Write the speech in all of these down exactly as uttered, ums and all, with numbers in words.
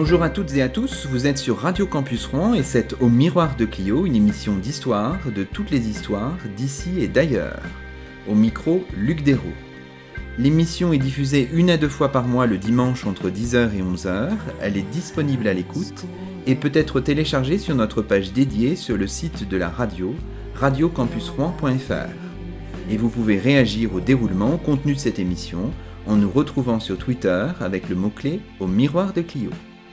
Bonjour à toutes et à tous, vous êtes sur Radio Campus Rouen et c'est Au Miroir de Clio, une émission d'histoire de toutes les histoires d'ici et d'ailleurs. Au micro, Luc Dérault. L'émission est diffusée une à deux fois par mois le dimanche entre dix heures et onze heures. Elle est disponible à l'écoute et peut être téléchargée sur notre page dédiée sur le site de la radio, radio campus rouen point f r. Et vous pouvez réagir au déroulement, au contenu de cette émission, en nous retrouvant sur Twitter avec le mot-clé Au Miroir de Clio.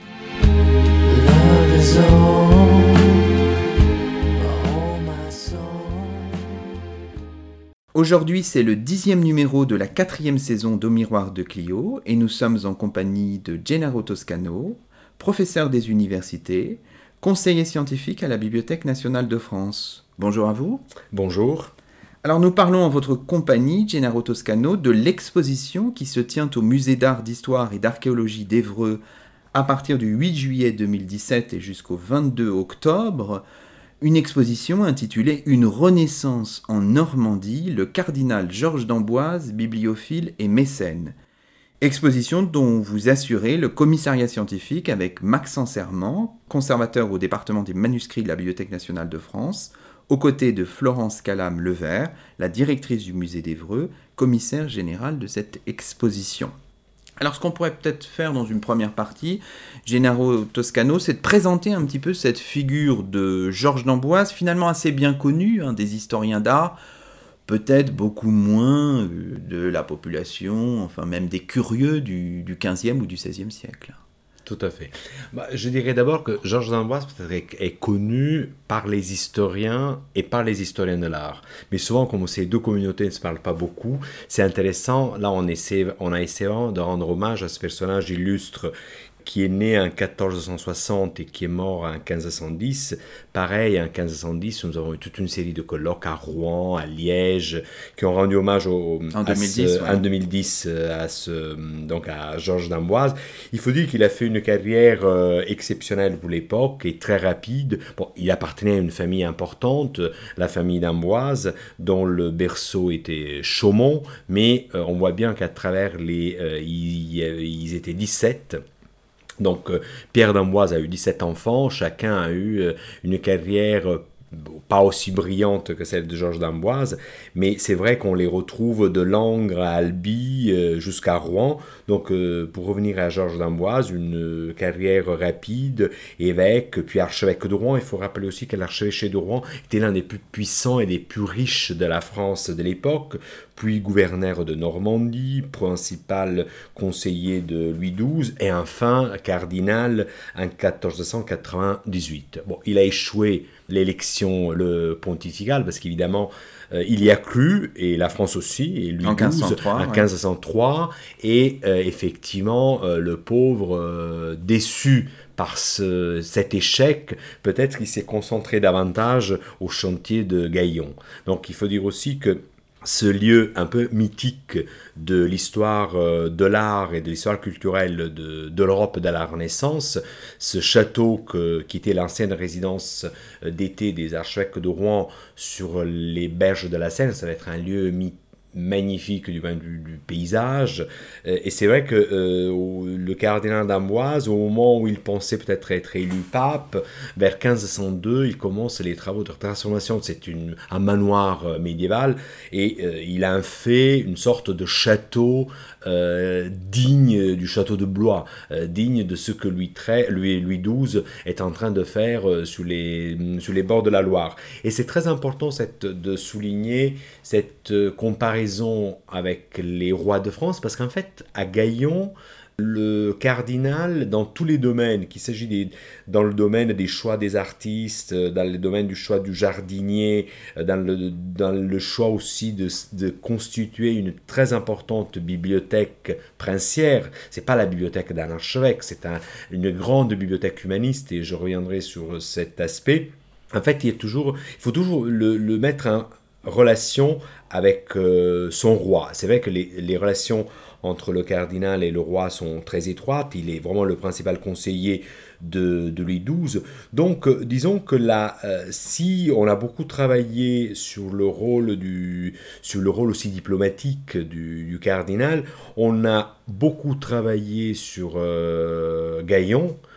Aujourd'hui, c'est le dixième numéro de la quatrième saison d'Au Miroir de Clio et nous sommes en compagnie de Gennaro Toscano, professeur des universités, conseiller scientifique à la Bibliothèque nationale de France. Bonjour à vous. Bonjour. Alors nous parlons en votre compagnie, Gennaro Toscano, de l'exposition qui se tient au Musée d'art, d'histoire et d'archéologie d'Évreux à partir du huit juillet deux mille dix-sept et jusqu'au vingt-deux octobre, une exposition intitulée « Une renaissance en Normandie, le cardinal Georges d'Amboise, bibliophile et mécène ». Exposition dont vous assurez le commissariat scientifique avec Maxence Herman, conservateur au département des manuscrits de la Bibliothèque nationale de France, aux côtés de Florence Calam-Levert, la directrice du musée d'Évreux, commissaire générale de cette exposition. Alors ce qu'on pourrait peut-être faire dans une première partie, Gennaro Toscano, c'est de présenter un petit peu cette figure de Georges d'Amboise, finalement assez bien connue hein, des historiens d'art, peut-être beaucoup moins euh, de la population, enfin même des curieux du, du quinzième ou du seizième siècle. Tout à fait. Bah, je dirais d'abord que Georges d'Amboise peut-être est, est connu par les historiens et par les historiens de l'art. Mais souvent, comme ces deux communautés ne se parlent pas beaucoup, c'est intéressant. Là, on, essaie, on a essayé de rendre hommage à ce personnage illustre qui est né en quatorze cent soixante et qui est mort en quinze cent dix. Pareil, en quinze cent dix, nous avons eu toute une série de colloques à Rouen, à Liège, qui ont rendu hommage au, en, deux mille dix, ce, ouais. en deux mille dix à, ce, donc à Georges d'Amboise. Il faut dire qu'il a fait une carrière euh, exceptionnelle pour l'époque et très rapide. Bon, il appartenait à une famille importante, la famille d'Amboise, dont le berceau était Chaumont, mais euh, on voit bien qu'à travers les... Euh, ils, ils étaient dix-sept. Donc, euh, Pierre d'Amboise a eu dix-sept enfants, chacun a eu euh, une carrière euh, pas aussi brillante que celle de Georges d'Amboise, mais c'est vrai qu'on les retrouve de Langres à Albi euh, jusqu'à Rouen. Donc, euh, pour revenir à Georges d'Amboise, une carrière rapide, évêque, puis archevêque de Rouen. Il faut rappeler aussi que l'archevêché de Rouen était l'un des plus puissants et des plus riches de la France de l'époque, puis gouverneur de Normandie, principal conseiller de Louis douze, et enfin cardinal en quatorze cent quatre-vingt-dix-huit. Bon, il a échoué l'élection le pontificale, parce qu'évidemment, euh, il y a cru, et la France aussi, et Louis en douze, quinze cent trois, en quinze cent trois, ouais. Et euh, effectivement, euh, le pauvre, euh, déçu par ce, cet échec, peut-être qu'il s'est concentré davantage au chantier de Gaillon. Donc il faut dire aussi que ce lieu un peu mythique de l'histoire de l'art et de l'histoire culturelle de, de l'Europe de la Renaissance, ce château que, qui était l'ancienne résidence d'été des archevêques de Rouen sur les berges de la Seine, ça va être un lieu mythique, magnifique du point de vue du paysage, et c'est vrai que euh, le cardinal d'Amboise, au moment où il pensait peut-être être élu pape, vers quinze cent deux, il commence les travaux de transformation. C'est une, un manoir médiéval, et euh, il a fait une sorte de château euh, digne du château de Blois, euh, digne de ce que Louis, treize, Louis, Louis douze est en train de faire euh, sur, les, sur les bords de la Loire. Et c'est très important cette, de souligner cette euh, comparaison avec les rois de France, parce qu'en fait, à Gaillon, le cardinal, dans tous les domaines, qu'il s'agit des, dans le domaine des choix des artistes, dans le domaine du choix du jardinier, dans le, dans le choix aussi de, de constituer une très importante bibliothèque princière, c'est pas la bibliothèque d'un archevêque, c'est un, une grande bibliothèque humaniste, et je reviendrai sur cet aspect. En fait, il, est toujours, il faut toujours le, le mettre en relation avec euh, son roi. C'est vrai que les, les relations entre le cardinal et le roi sont très étroites. Il est vraiment le principal conseiller de, de Louis douze. Donc, euh, disons que là, euh, si on a beaucoup travaillé sur le rôle, du, sur le rôle aussi diplomatique du, du cardinal, on a beaucoup travaillé sur euh, Gaillon,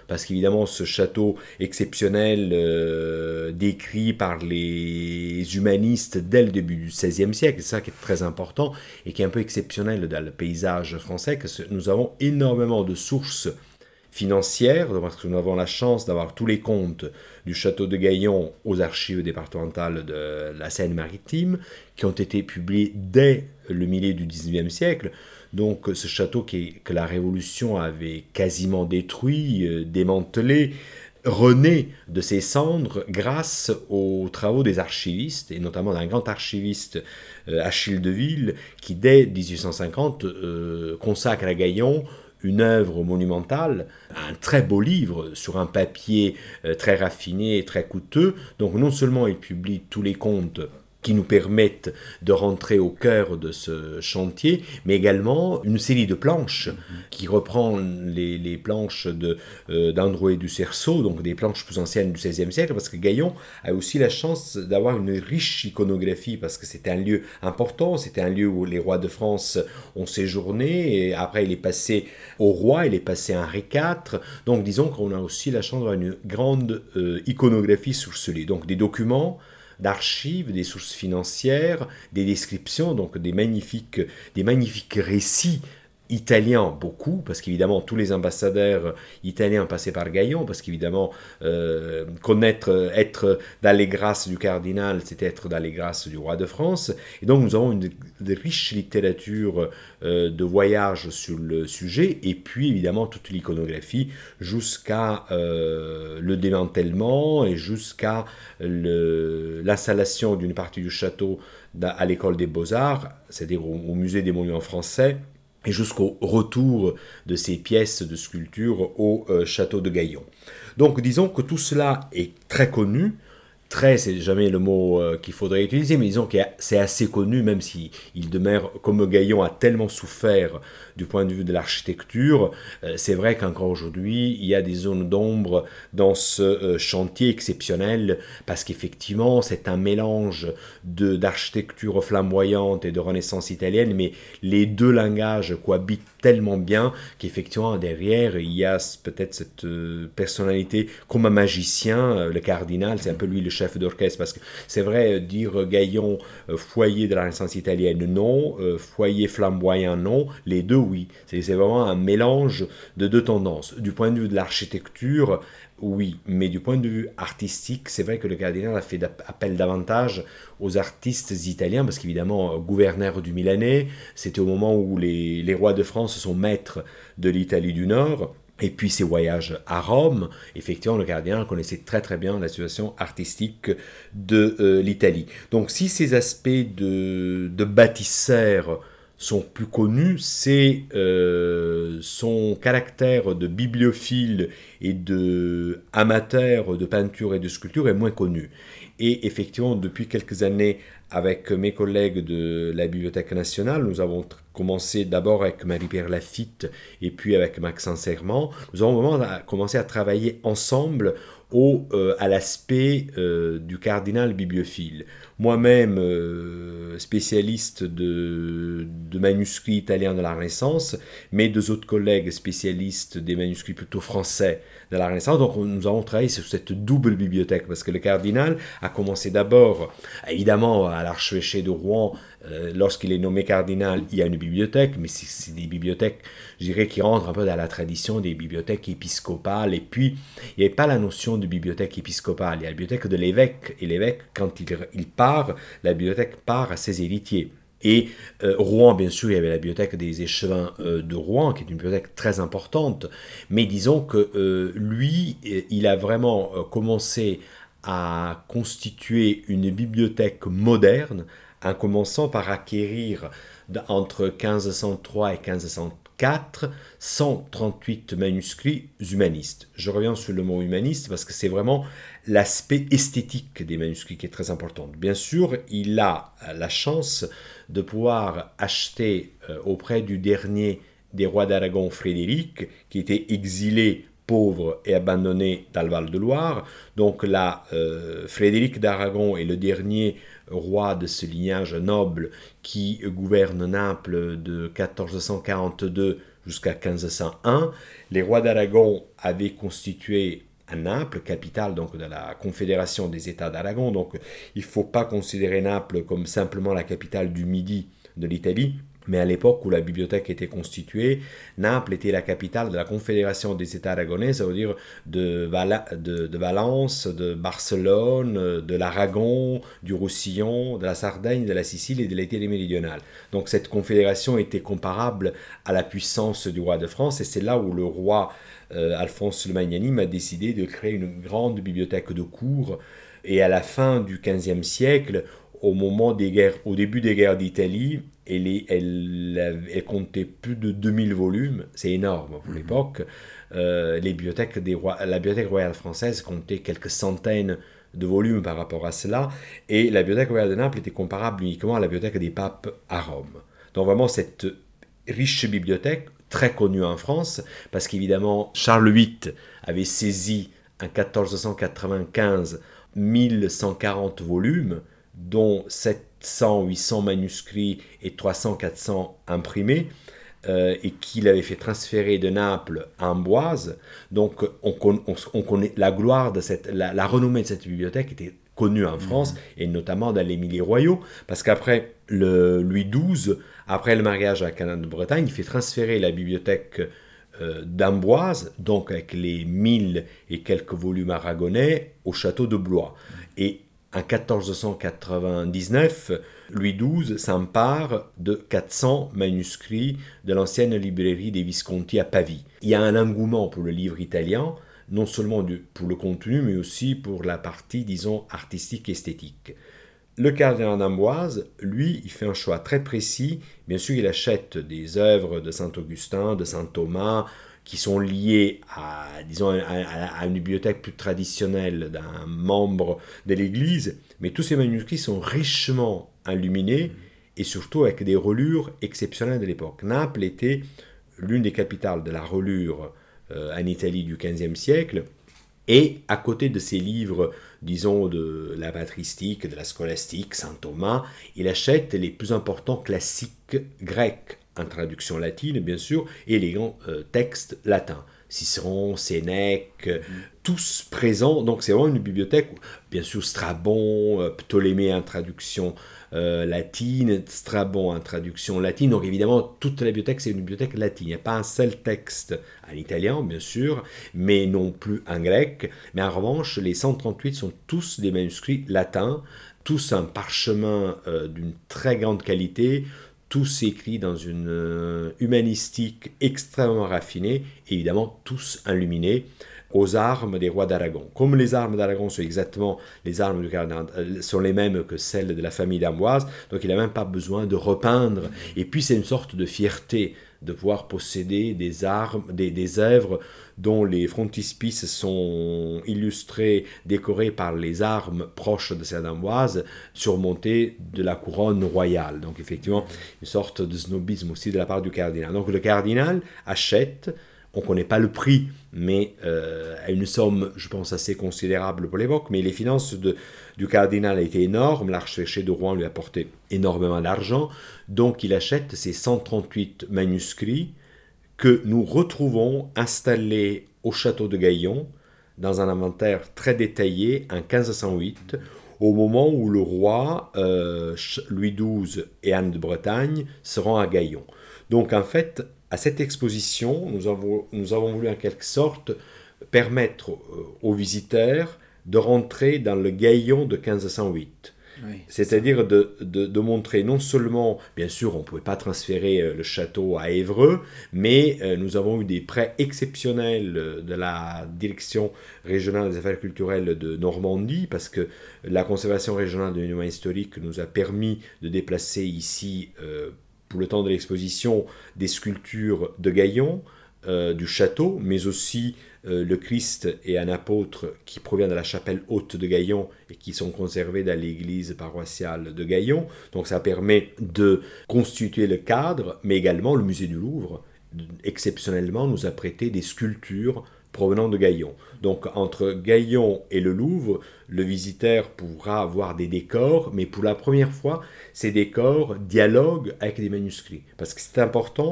parce qu'évidemment ce château exceptionnel euh, décrit par les humanistes dès le début du seizième siècle, c'est ça qui est très important et qui est un peu exceptionnel dans le paysage français, que nous avons énormément de sources financières, parce que nous avons la chance d'avoir tous les comptes du château de Gaillon aux archives départementales de la Seine-Maritime, qui ont été publiés dès le milieu du dix-neuvième siècle. Donc ce château qui, que la Révolution avait quasiment détruit, euh, démantelé, renaît de ses cendres grâce aux travaux des archivistes, et notamment d'un grand archiviste, euh, Achille Deville, qui dès dix-huit cent cinquante euh, consacre à Gaillon une œuvre monumentale, un très beau livre sur un papier euh, très raffiné et très coûteux. Donc non seulement il publie tous les comptes qui nous permettent de rentrer au cœur de ce chantier, mais également une série de planches qui reprend les, les planches de, euh, d'Androé du Cerceau, donc des planches plus anciennes du seizième siècle, parce que Gaillon a aussi la chance d'avoir une riche iconographie, parce que c'était un lieu important, c'était un lieu où les rois de France ont séjourné, et après il est passé au roi, il est passé à Henri quatre, donc disons qu'on a aussi la chance d'avoir une grande euh, iconographie sur ce lieu, donc des documents, d'archives, des sources financières, des descriptions, donc des magnifiques, des magnifiques récits italiens, beaucoup, parce qu'évidemment tous les ambassadeurs italiens passaient par Gaillon, parce qu'évidemment euh, connaître, être dans les grâces du cardinal, c'était être dans les grâces du roi de France, et donc nous avons une, une riche littérature euh, de voyage sur le sujet, et puis évidemment toute l'iconographie jusqu'à euh, le démantèlement et jusqu'à le, l'installation d'une partie du château à l'école des Beaux-Arts, c'est-à-dire au, au musée des monuments français, et jusqu'au retour de ces pièces de sculpture au euh, château de Gaillon. Donc disons que tout cela est très connu, très, c'est jamais le mot euh, qu'il faudrait utiliser, mais disons que c'est assez connu, même si il demeure, comme Gaillon a tellement souffert du point de vue de l'architecture, euh, c'est vrai qu'encore aujourd'hui, il y a des zones d'ombre dans ce euh, chantier exceptionnel, parce qu'effectivement, c'est un mélange de, d'architecture flamboyante et de renaissance italienne, mais les deux langages cohabitent tellement bien qu'effectivement, derrière, il y a peut-être cette euh, personnalité comme un magicien, euh, le cardinal, c'est un peu lui le chef d'orchestre, parce que c'est vrai, dire Gaillon, euh, foyer de la Renaissance italienne, non, euh, foyer flamboyant, non, les deux, oui. C'est, c'est vraiment un mélange de deux tendances. Du point de vue de l'architecture, oui, mais du point de vue artistique, c'est vrai que le cardinal a fait appel davantage aux artistes italiens, parce qu'évidemment, gouverneur du Milanais, c'était au moment où les, les rois de France sont maîtres de l'Italie du Nord. Et puis ses voyages à Rome, effectivement, le cardinal connaissait très très bien la situation artistique de euh, l'Italie. Donc si ces aspects de, de bâtisseur sont plus connus, c'est euh, son caractère de bibliophile et de amateur de peinture et de sculpture est moins connu. Et effectivement, depuis quelques années, avec mes collègues de la Bibliothèque nationale, nous avons t- commencé d'abord avec Marie-Pierre Lafitte et puis avec Maxence Herman. Nous avons vraiment commencé à travailler ensemble au, euh, à l'aspect euh, du cardinal bibliophile. Moi-même, euh, spécialiste de, de manuscrits italiens de la Renaissance, mais deux autres collègues spécialistes des manuscrits plutôt français de la Renaissance. Donc nous avons travaillé sur cette double bibliothèque, parce que le cardinal a commencé d'abord, évidemment, à l'archevêché de Rouen. Euh, lorsqu'il est nommé cardinal, il y a une bibliothèque, mais c'est, c'est des bibliothèques, je dirais, qui rentrent un peu dans la tradition des bibliothèques épiscopales. Et puis, il n'y avait pas la notion de bibliothèque épiscopale. Il y a la bibliothèque de l'évêque. Et l'évêque, quand il, il part, la bibliothèque part à ses héritiers. Et euh, Rouen, bien sûr, il y avait la bibliothèque des échevins euh, de Rouen, qui est une bibliothèque très importante. Mais disons que euh, lui, il a vraiment euh, commencé à constituer une bibliothèque moderne, en commençant par acquérir entre quinze cent trois et quinze cent quatre cent trente-huit manuscrits humanistes. Je reviens sur le mot humaniste parce que c'est vraiment l'aspect esthétique des manuscrits qui est très important. Bien sûr, il a la chance de pouvoir acheter auprès du dernier des rois d'Aragon, Frédéric, qui était exilé, pauvre et abandonné dans le Val-de-Loire. Donc là, euh, Frédéric d'Aragon est le dernier roi de ce lignage noble qui gouverne Naples de quatorze cent quarante-deux jusqu'à quinze cent un. Les rois d'Aragon avaient constitué à Naples, capitale donc de la Confédération des États d'Aragon. Donc il ne faut pas considérer Naples comme simplement la capitale du Midi de l'Italie, mais à l'époque où la bibliothèque était constituée, Naples était la capitale de la Confédération des États aragonais, ça veut dire de, Val- de, de Valence, de Barcelone, de l'Aragon, du Roussillon, de la Sardaigne, de la Sicile et de l'Italie méridionale. Donc cette confédération était comparable à la puissance du roi de France, et c'est là où le roi euh, Alphonse le Magnanime a décidé de créer une grande bibliothèque de cour. Et à la fin du quinzième siècle, au moment des guerres, au début des guerres d'Italie, elle, est, elle, elle comptait plus de deux mille volumes, c'est énorme pour mmh. l'époque. Euh, les bibliothèques des rois, la bibliothèque royale française comptait quelques centaines de volumes par rapport à cela, et la bibliothèque royale de Naples était comparable uniquement à la bibliothèque des papes à Rome. Donc vraiment cette riche bibliothèque, très connue en France, parce qu'évidemment Charles huit avait saisi en quatorze cent quatre-vingt-quinze mille cent quarante volumes, dont sept cents à huit cents manuscrits et trois cents à quatre cents imprimés, euh, et qu'il avait fait transférer de Naples à Amboise. Donc on, on, on connaît la gloire de cette, la, la renommée de cette bibliothèque était connue en France, mmh. et notamment dans les milieux royaux, parce qu'après le Louis douze, après le mariage à Canane de Bretagne, il fait transférer la bibliothèque euh, d'Amboise, donc avec les mille et quelques volumes aragonais, au château de Blois. Mmh. Et en quatorze cent quatre-vingt-dix-neuf, Louis douze s'empare de quatre cents manuscrits de l'ancienne librairie des Visconti à Pavie. Il y a un engouement pour le livre italien, non seulement pour le contenu, mais aussi pour la partie, disons, artistique et esthétique. Le cardinal d'Amboise, lui, il fait un choix très précis. Bien sûr, il achète des œuvres de saint Augustin, de saint Thomas, qui sont liés à, disons, à, à une bibliothèque plus traditionnelle d'un membre de l'Église, mais tous ces manuscrits sont richement illuminés et surtout avec des reliures exceptionnelles de l'époque. Naples était l'une des capitales de la reliure euh, en Italie du quinzième siècle, et à côté de ces livres, disons, de la patristique, de la scolastique, saint Thomas, il achète les plus importants classiques grecs, en traduction latine, bien sûr, et les grands euh, textes latins. Cicéron, Sénèque, mmh. tous présents. Donc c'est vraiment une bibliothèque, bien sûr Strabon, euh, Ptolémée en traduction euh, latine, Strabon en traduction latine. Donc évidemment, toute la bibliothèque, c'est une bibliothèque latine. Il n'y a pas un seul texte en italien, bien sûr, mais non plus en grec. Mais en revanche, les cent trente-huit sont tous des manuscrits latins, tous un parchemin euh, d'une très grande qualité, tous écrits dans une euh, humanistique extrêmement raffinée, évidemment tous illuminés aux armes des rois d'Aragon. Comme les armes d'Aragon sont exactement les armes du cardinal, euh, sont les mêmes que celles de la famille d'Amboise, donc il n'a même pas besoin de repeindre. Et puis c'est une sorte de fierté de pouvoir posséder des armes, des, des œuvres dont les frontispices sont illustrés, décorés par les armes proches de celles d'Amboise, surmontées de la couronne royale. Donc effectivement, une sorte de snobisme aussi de la part du cardinal. Donc le cardinal achète, on ne connaît pas le prix, mais euh, à une somme, je pense, assez considérable pour l'époque, mais les finances de, du cardinal étaient énormes, l'archevêché de Rouen lui apportait énormément d'argent, donc il achète ces cent trente-huit manuscrits que nous retrouvons installés au château de Gaillon, dans un inventaire très détaillé, en quinze cent huit, au moment où le roi, euh, Louis douze et Anne de Bretagne seront à Gaillon. Donc en fait, à cette exposition, nous avons, nous avons voulu en quelque sorte permettre euh, aux visiteurs de rentrer dans le Gaillon de quinze cent huit. Oui, c'est-à-dire de, de, de montrer non seulement, bien sûr, on ne pouvait pas transférer euh, le château à Évreux, mais euh, nous avons eu des prêts exceptionnels de la Direction régionale des affaires culturelles de Normandie, parce que la conservation régionale de monuments historiques nous a permis de déplacer ici, euh, pour le temps de l'exposition, des sculptures de Gaillon, euh, du château, mais aussi euh, le Christ et un apôtre qui provient de la chapelle haute de Gaillon et qui sont conservés dans l'église paroissiale de Gaillon. Donc ça permet de constituer le cadre, mais également le musée du Louvre, exceptionnellement, nous a prêté des sculptures provenant de Gaillon. Donc entre Gaillon et le Louvre, le visiteur pourra voir des décors, mais pour la première fois, ces décors dialoguent avec des manuscrits. Parce que c'est important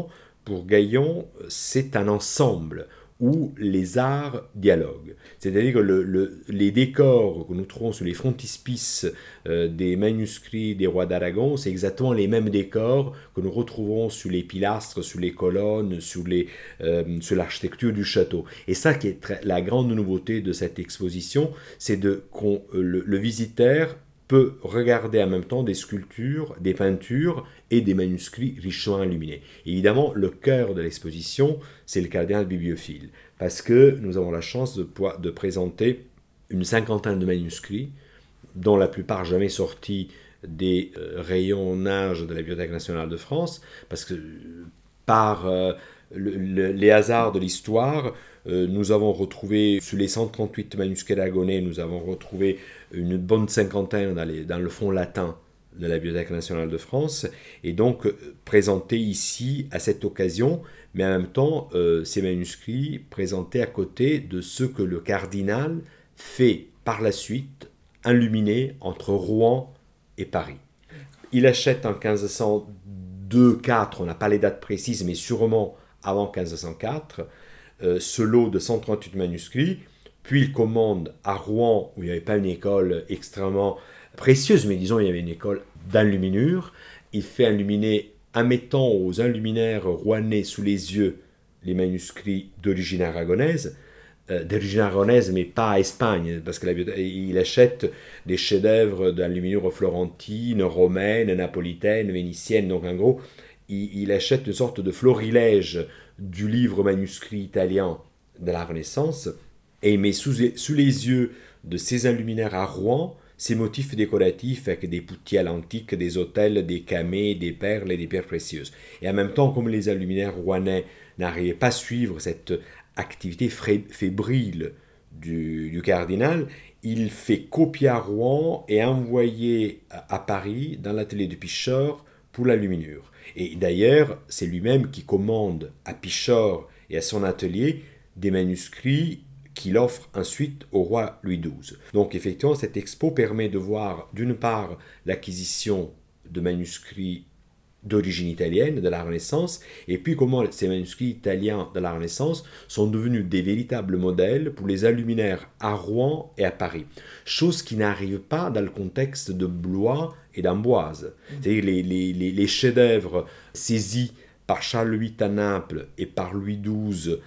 pour Gaillon, c'est un ensemble où les arts dialoguent. C'est-à-dire que le, le, les décors que nous trouvons sur les frontispices euh, des manuscrits des rois d'Aragon, c'est exactement les mêmes décors que nous retrouverons sur les pilastres, sur les colonnes, sur, les, euh, sur l'architecture du château. Et ça qui est très, la grande nouveauté de cette exposition, c'est de, qu'on, le, le visiteur peut regarder en même temps des sculptures, des peintures et des manuscrits richement illuminés. Évidemment, le cœur de l'exposition, c'est le cardinal bibliophile, parce que nous avons la chance de, de présenter une cinquantaine de manuscrits, dont la plupart jamais sortis des euh, rayonnages de la Bibliothèque nationale de France, parce que par euh, le, le, les hasards de l'histoire, euh, nous avons retrouvé, sur les cent trente-huit manuscrits aragonais, nous avons retrouvé une bonne cinquantaine dans, les, dans le fond latin de la Bibliothèque nationale de France, et donc euh, présentés ici à cette occasion, mais en même temps, euh, ces manuscrits présentés à côté de ce que le cardinal fait par la suite, illuminé entre Rouen et Paris. Il achète en quinze cent deux quatre, on n'a pas les dates précises, mais sûrement avant quinze cent quatre, euh, ce lot de cent trente-huit manuscrits, puis il commande à Rouen, où il n'y avait pas une école extrêmement précieuse, mais disons il y avait une école d'enluminure. Il fait illuminer, en mettant aux enluminaires rouennais sous les yeux les manuscrits d'origine aragonaise, euh, d'origine aragonaise, mais pas à Espagne, parce qu'il achète des chefs-d'œuvre d'enluminure florentine, romaine, napolitaine, vénitienne. Donc en gros, il, il achète une sorte de florilège du livre manuscrit italien de la Renaissance, et il met sous, sous les yeux de ces enluminaires à Rouen ces motifs décoratifs avec des poutiers antiques, des autels, des camées, des perles et des pierres précieuses. Et en même temps, comme les enluminaires rouennais n'arrivaient pas à suivre cette activité fébrile du, du cardinal, il fait copier à Rouen et envoyer à Paris dans l'atelier de Pichor pour l'enluminure. Et d'ailleurs, c'est lui-même qui commande à Pichor et à son atelier des manuscrits qu'il offre ensuite au roi Louis douze. Donc effectivement, cette expo permet de voir d'une part l'acquisition de manuscrits d'origine italienne de la Renaissance, et puis comment ces manuscrits italiens de la Renaissance sont devenus des véritables modèles pour les enluminaires à Rouen et à Paris. Chose qui n'arrive pas dans le contexte de Blois et d'Amboise. Mmh. C'est-à-dire les, les, les, les chefs-d'œuvre saisis par Charles huit à Naples et par Louis douze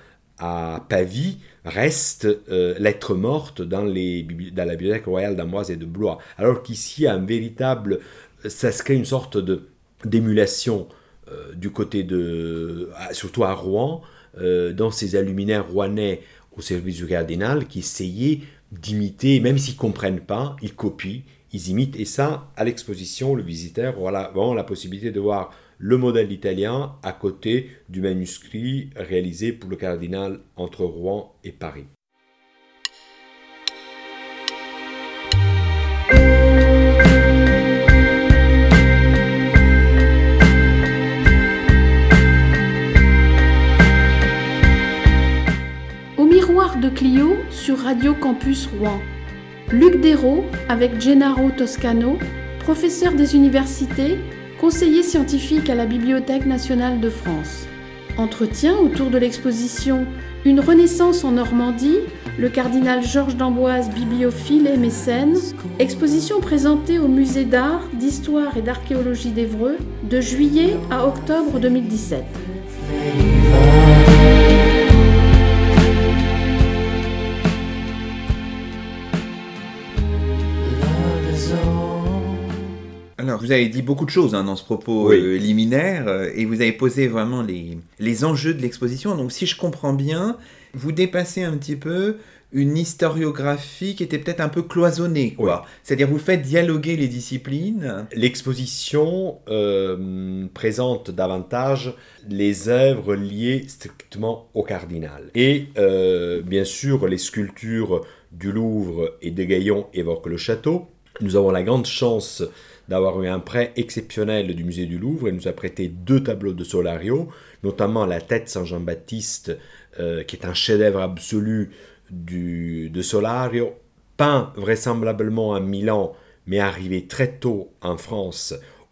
à Pavie reste euh, lettre morte dans, les, dans la bibliothèque royale d'Amboise et de Blois. Alors qu'ici, un véritable, ça se crée une sorte de, d'émulation euh, du côté de, surtout à Rouen, euh, dans ces enluminaires rouennais au service du cardinal qui essayaient d'imiter, même s'ils ne comprennent pas, ils copient, ils imitent. Et ça, à l'exposition, le visiteur aura vraiment la possibilité de voir le modèle italien à côté du manuscrit réalisé pour le cardinal entre Rouen et Paris. Au miroir de Clio sur Radio Campus Rouen. Luc Dérault avec Gennaro Toscano, professeur des universités, conseiller scientifique à la Bibliothèque nationale de France. Entretien autour de l'exposition « Une renaissance en Normandie », le cardinal Georges d'Amboise, bibliophile et mécène, exposition présentée au Musée d'art, d'histoire et d'archéologie d'Évreux de juillet à octobre deux mille dix-sept. Alors, vous avez dit beaucoup de choses hein, dans ce propos oui. euh, liminaire euh, et vous avez posé vraiment les, les enjeux de l'exposition. Donc, si je comprends bien, vous dépassez un petit peu une historiographie qui était peut-être un peu cloisonnée, quoi. Oui. C'est-à-dire, vous faites dialoguer les disciplines. L'exposition euh, présente davantage les œuvres liées strictement au cardinal. Et euh, bien sûr, les sculptures du Louvre et de Gaillon évoquent le château. Nous avons la grande chance d'avoir eu un prêt exceptionnel du musée du Louvre et nous a prêté deux tableaux de Solario, notamment la tête Saint-Jean-Baptiste, euh, qui est un chef-d'œuvre absolu du, de Solario, peint vraisemblablement à Milan, mais arrivé très tôt en France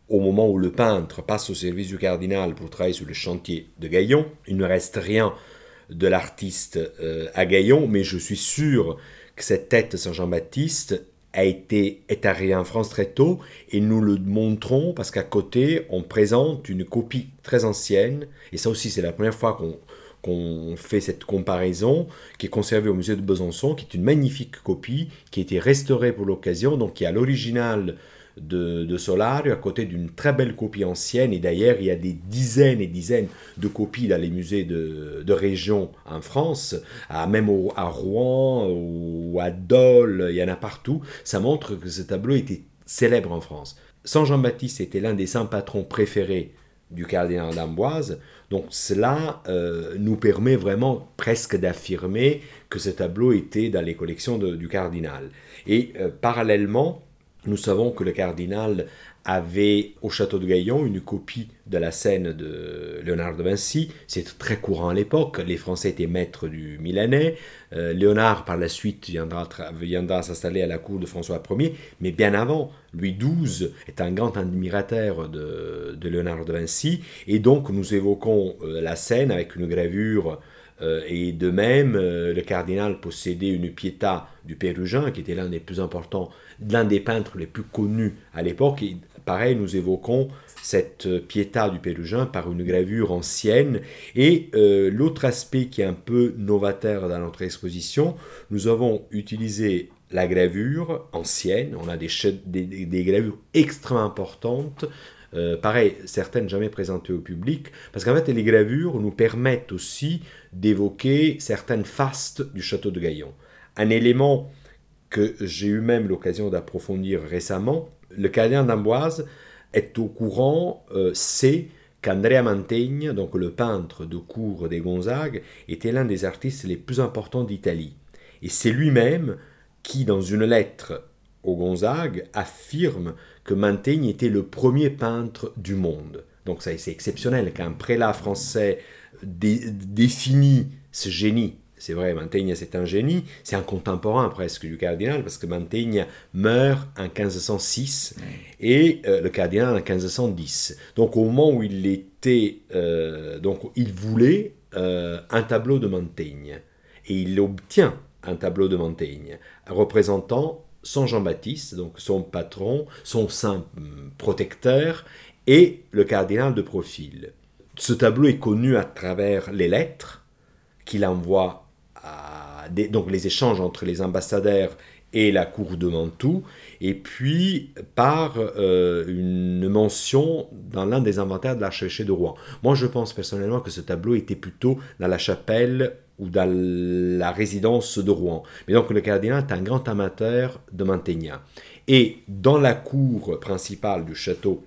au moment où le peintre passe au service du cardinal pour travailler sur le chantier de Gaillon. Il ne reste rien de l'artiste euh, à Gaillon, mais je suis sûr que cette tête de Saint Jean-Baptiste a été étarée en France très tôt, et nous le montrons parce qu'à côté, on présente une copie très ancienne, et ça aussi c'est la première fois qu'on, qu'on fait cette comparaison, qui est conservée au musée de Besançon, qui est une magnifique copie, qui a été restaurée pour l'occasion, donc qui a l'original de, de Solario, à côté d'une très belle copie ancienne, et d'ailleurs il y a des dizaines et dizaines de copies dans les musées de, de région en France, à, même au, à Rouen ou à Dole, il y en a partout. Ça montre que ce tableau était célèbre en France. Saint Jean-Baptiste était l'un des saints patrons préférés du cardinal d'Amboise, donc cela euh, nous permet vraiment presque d'affirmer que ce tableau était dans les collections de, du cardinal. Et euh, parallèlement, nous savons que le cardinal avait au château de Gaillon une copie de la scène de Léonard de Vinci. C'est très courant à l'époque, les Français étaient maîtres du Milanais. Euh, Léonard, par la suite, viendra, viendra s'installer à la cour de François Ier, mais bien avant, Louis douze est un grand admirateur de, de Léonard de Vinci, et donc nous évoquons euh, la scène avec une gravure. Euh, et de même, euh, le cardinal possédait une Pietà du Pérugin, qui était l'un des plus importants, l'un des peintres les plus connus à l'époque. Et pareil, nous évoquons cette Pietà du Pérugin par une gravure ancienne. Et euh, l'autre aspect qui est un peu novateur dans notre exposition, nous avons utilisé la gravure ancienne. On a des, des, des gravures extrêmement importantes. Euh, pareil, certaines jamais présentées au public, parce qu'en fait les gravures nous permettent aussi d'évoquer certaines fastes du château de Gaillon. Un élément que j'ai eu même l'occasion d'approfondir récemment, le cardinal d'Amboise est au courant, euh, sait qu'Andrea Mantegna, donc le peintre de cour des Gonzague, était l'un des artistes les plus importants d'Italie. Et c'est lui-même qui, dans une lettre au Gonzague, affirme que Mantegna était le premier peintre du monde. Donc ça, c'est exceptionnel qu'un prélat français dé- définit ce génie. C'est vrai, Mantegna c'est un génie, c'est un contemporain presque du cardinal, parce que Mantegna meurt en quinze cent six et euh, le cardinal en quinze cent dix. Donc au moment où il était, euh, donc il voulait euh, un tableau de Mantegna, et il obtient un tableau de Mantegna représentant Saint Jean-Baptiste, donc son patron, son saint protecteur, et le cardinal de profil. Ce tableau est connu à travers les lettres qu'il envoie, à des, donc les échanges entre les ambassadeurs et la cour de Mantoue, et puis par euh, une mention dans l'un des inventaires de l'archevêché de Rouen. Moi, je pense personnellement que ce tableau était plutôt dans la chapelle ou dans la résidence de Rouen. Mais donc le cardinal est un grand amateur de Mantegna. Et dans la cour principale du château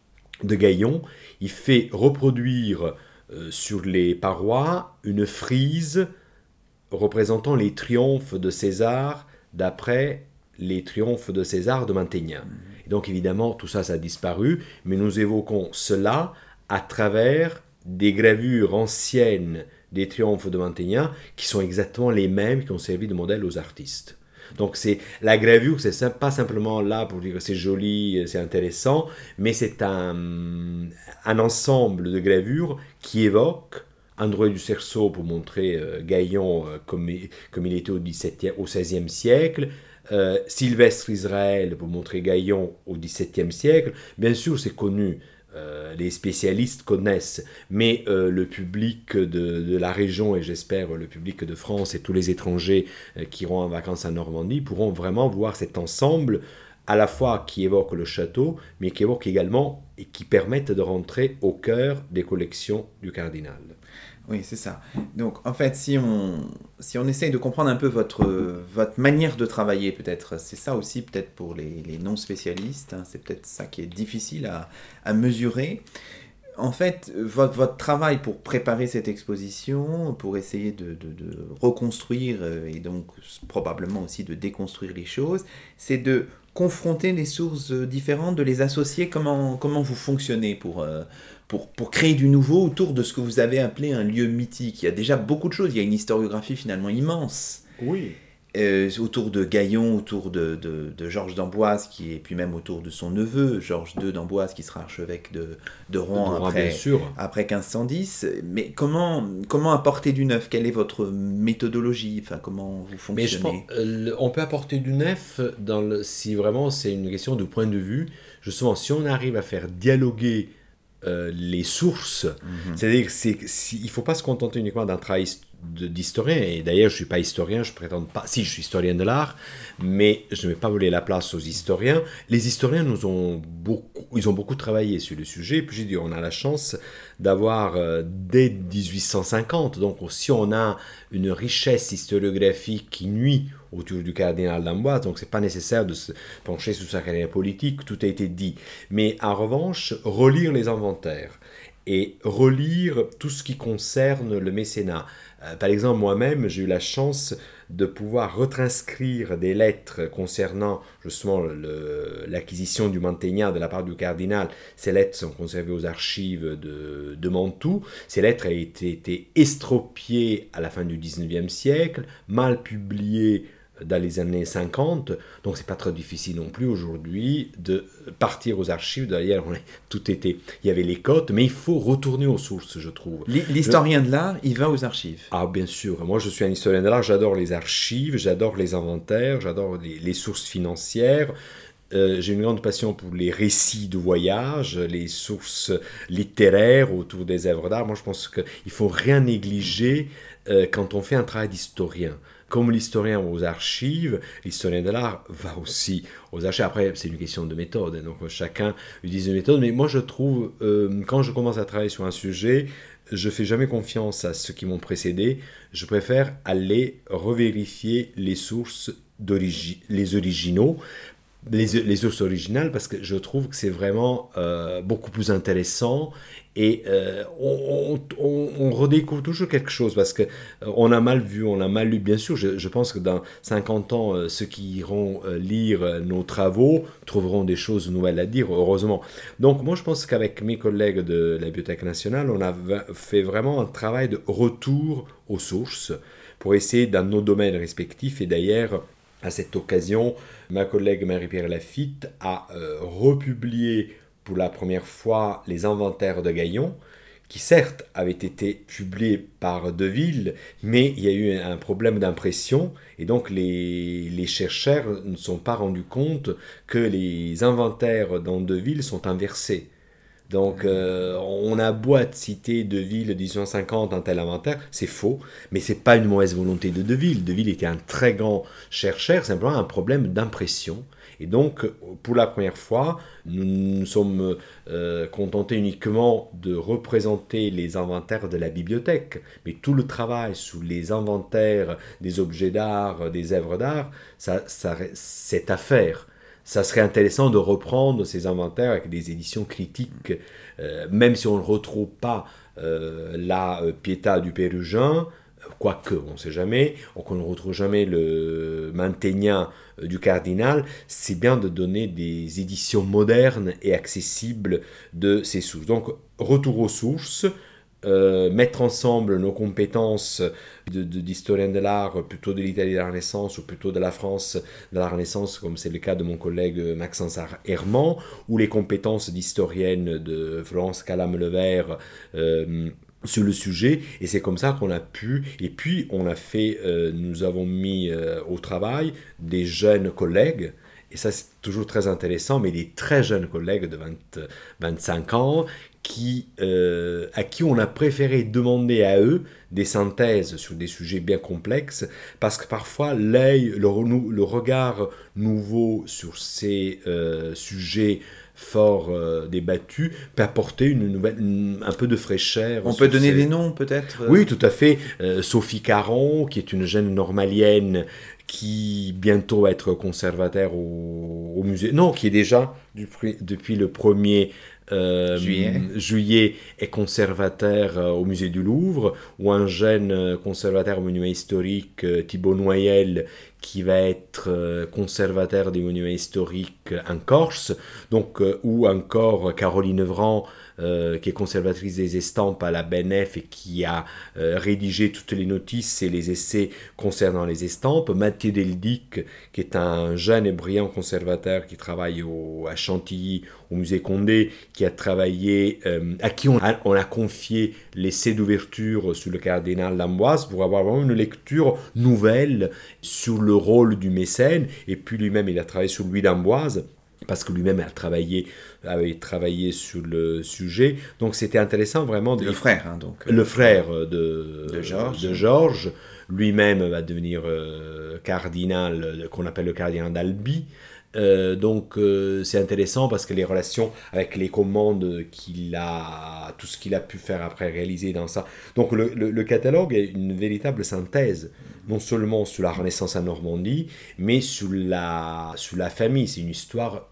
de Gaillon, il fait reproduire euh, sur les parois une frise représentant les triomphes de César d'après les triomphes de César de Mantegna. Et donc évidemment, tout ça, ça a disparu, mais nous évoquons cela à travers des gravures anciennes des triomphes de Mantegna, qui sont exactement les mêmes qui ont servi de modèle aux artistes. Donc c'est, la gravure, c'est pas simplement là pour dire que c'est joli, c'est intéressant, mais c'est un, un ensemble de gravures qui évoquent André du Cerceau pour montrer euh, Gaillon euh, comme, comme il était au, dix-septième, au seizième siècle, euh, Sylvestre Israël pour montrer Gaillon au dix-septième siècle. Bien sûr, c'est connu. Euh, les spécialistes connaissent, mais euh, le public de, de la région, et j'espère le public de France et tous les étrangers euh, qui iront en vacances en Normandie, pourront vraiment voir cet ensemble à la fois qui évoque le château, mais qui évoque également et qui permettent de rentrer au cœur des collections du cardinal. Oui, c'est ça. Donc, en fait, si on, si on essaye de comprendre un peu votre, votre manière de travailler, peut-être, c'est ça aussi, peut-être pour les, les non-spécialistes, hein, c'est peut-être ça qui est difficile à, à mesurer. En fait, votre, votre travail pour préparer cette exposition, pour essayer de, de, de reconstruire euh, et donc probablement aussi de déconstruire les choses, c'est de confronter les sources différentes, de les associer. Comment, comment vous fonctionnez pour... Euh, Pour, pour créer du nouveau autour de ce que vous avez appelé un lieu mythique. Il y a déjà beaucoup de choses, il y a une historiographie finalement immense. Oui. euh, autour de Gaillon, autour de, de, de Georges d'Amboise, qui, et puis même autour de son neveu, Georges deux d'Amboise, qui sera archevêque de, de Rouen, de Rouen après, bien sûr. après quinze cent dix. Mais comment, comment apporter du neuf? Quelle est votre méthodologie? Enfin, comment vous fonctionnez? Mais je pense, euh, on peut apporter du neuf dans le, si vraiment c'est une question de point de vue. Justement, si on arrive à faire dialoguer euh, les sources, mm-hmm. c'est-à-dire qu'il ne faut pas se contenter uniquement d'un travail d'historien, et d'ailleurs je ne suis pas historien, je prétends pas, si je suis historien de l'art, mais je ne vais pas voler la place aux historiens. Les historiens nous ont beaucoup, ils ont beaucoup travaillé sur le sujet, et puis j'ai dit, on a la chance d'avoir euh, dès dix-huit cent cinquante, donc si on a une richesse historiographique qui nuit autour du cardinal d'Amboise, donc c'est pas nécessaire de se pencher sur sa carrière politique, tout a été dit. Mais en revanche, relire les inventaires et relire tout ce qui concerne le mécénat. Euh, par exemple, moi-même, j'ai eu la chance de pouvoir retranscrire des lettres concernant justement le, l'acquisition du Mantegna de la part du cardinal. Ces lettres sont conservées aux archives de, de Mantoue. Ces lettres ont été, été estropiées à la fin du dix-neuvième siècle, mal publiées dans les années cinquante, donc c'est pas très difficile non plus aujourd'hui de partir aux archives. D'ailleurs, on est, tout était, il y avait les cotes, mais il faut retourner aux sources, je trouve. L'historien je... de l'art, il va aux archives. Ah, bien sûr. Moi, je suis un historien de l'art. J'adore les archives, j'adore les inventaires, j'adore les, les sources financières. Euh, j'ai une grande passion pour les récits de voyage, les sources littéraires autour des œuvres d'art. Moi, je pense qu'il ne faut rien négliger euh, quand on fait un travail d'historien. Comme l'historien va aux archives, l'historien de l'art va aussi aux archives. Après, c'est une question de méthode, donc chacun utilise une méthode. Mais moi, je trouve, euh, quand je commence à travailler sur un sujet, je ne fais jamais confiance à ceux qui m'ont précédé. Je préfère aller revérifier les sources, d'origi- les originaux, les, les sources originales, parce que je trouve que c'est vraiment euh, beaucoup plus intéressant. Et euh, on, on, on redécouvre toujours quelque chose, parce qu'on euh, a mal vu, on a mal lu. Bien sûr, je, je pense que dans cinquante ans, euh, ceux qui iront euh, lire euh, nos travaux trouveront des choses nouvelles à dire, heureusement. Donc moi, je pense qu'avec mes collègues de la Bibliothèque nationale, on a fait vraiment un travail de retour aux sources pour essayer dans nos domaines respectifs. Et d'ailleurs, à cette occasion, ma collègue Marie-Pierre Lafitte a euh, republié pour la première fois les inventaires de Gaillon, qui certes avaient été publiés par Deville, mais il y a eu un problème d'impression, et donc les, les chercheurs ne se sont pas rendus compte que les inventaires dans Deville sont inversés. Donc, euh, on a beau citer Deville dix-huit cent cinquante, un tel inventaire, c'est faux, mais ce n'est pas une mauvaise volonté de Deville. Deville était un très grand chercheur, simplement un problème d'impression. Et donc, pour la première fois, nous nous sommes euh, contentés uniquement de représenter les inventaires de la bibliothèque. Mais tout le travail sur les inventaires des objets d'art, des œuvres d'art, ça, ça, c'est à faire. Ça serait intéressant de reprendre ces inventaires avec des éditions critiques, euh, même si on ne retrouve pas euh, la euh, Pietà du Pérugin, quoique, on ne sait jamais, qu'on ne retrouve jamais le Mantegna du cardinal, c'est bien de donner des éditions modernes et accessibles de ces sources. Donc, retour aux sources, euh, mettre ensemble nos compétences de, de, d'historien de l'art, plutôt de l'Italie de la Renaissance, ou plutôt de la France de la Renaissance, comme c'est le cas de mon collègue Maxence Herman, ou les compétences d'historienne de Florence Calam-Levert, euh, sur le sujet, et c'est comme ça qu'on a pu, et puis on a fait, euh, nous avons mis euh, au travail des jeunes collègues, et ça c'est toujours très intéressant, mais des très jeunes collègues de vingt, vingt-cinq ans, qui, euh, à qui on a préféré demander à eux des synthèses sur des sujets bien complexes, parce que parfois l'œil, le, le regard nouveau sur ces euh, sujets fort euh, débattu, peut apporter une nouvelle, une, un peu de fraîcheur. On peut donner ces... des noms, peut-être ? Oui, tout à fait. Euh, Sophie Caron, qui est une jeune normalienne qui bientôt va être conservateur au, au musée... Non, qui est déjà, depuis, depuis le premier euh, juillet. juillet, est conservateur euh, au musée du Louvre, ou un jeune conservateur au monument historique, euh, Thibaut Noyel, qui va être euh, conservateur des monuments historiques en Corse, donc, euh, ou encore Caroline Evran, euh, qui est conservatrice des estampes à la B N F et qui a euh, rédigé toutes les notices et les essais concernant les estampes. Mathieu Deldic, qui est un jeune et brillant conservateur qui travaille au, à Chantilly, au musée Condé, qui a travaillé, euh, à qui on a, on a confié l'essai d'ouverture sur le cardinal d'Amboise pour avoir vraiment une lecture nouvelle sur le rôle du mécène. Et puis lui-même, il a travaillé sur Louis d'Amboise, parce que lui-même a travaillé, avait travaillé sur le sujet. Donc c'était intéressant vraiment. De... Le frère, hein, donc. Le frère de, de Georges. De Georges. Lui-même va devenir euh, cardinal, qu'on appelle le cardinal d'Albi. Euh, donc euh, c'est intéressant parce que les relations avec les commandes qu'il a, tout ce qu'il a pu faire après réaliser dans ça. Donc le, le, le catalogue est une véritable synthèse, non seulement sur la Renaissance en Normandie, mais sur la, sur la famille. C'est une histoire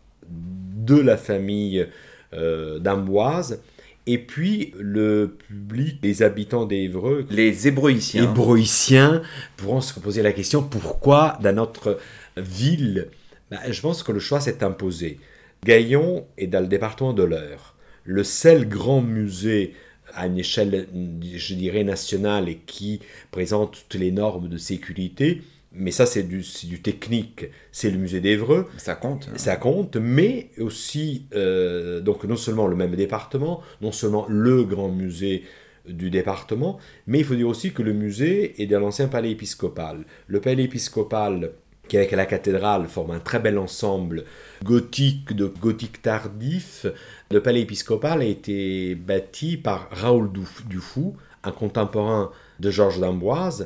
de la famille euh, d'Amboise. Et puis le public, les habitants d'Évreux, les Ébroïciens, Ébroïciens pourront se poser la question pourquoi dans notre ville. Ben, je pense que le choix s'est imposé. Gaillon est dans le département de l'Eure. Le seul grand musée à une échelle, je dirais, nationale et qui présente toutes les normes de sécurité, mais ça c'est du, c'est du technique, c'est le musée d'Évreux. Ça compte. Hein. Ça compte, mais aussi, euh, donc non seulement le même département, non seulement le grand musée du département, mais il faut dire aussi que le musée est dans l'ancien palais épiscopal. Le palais épiscopal, qui avec la cathédrale forme un très bel ensemble gothique de gothique tardif. Le palais épiscopal a été bâti par Raoul Dufou, un contemporain de Georges d'Amboise,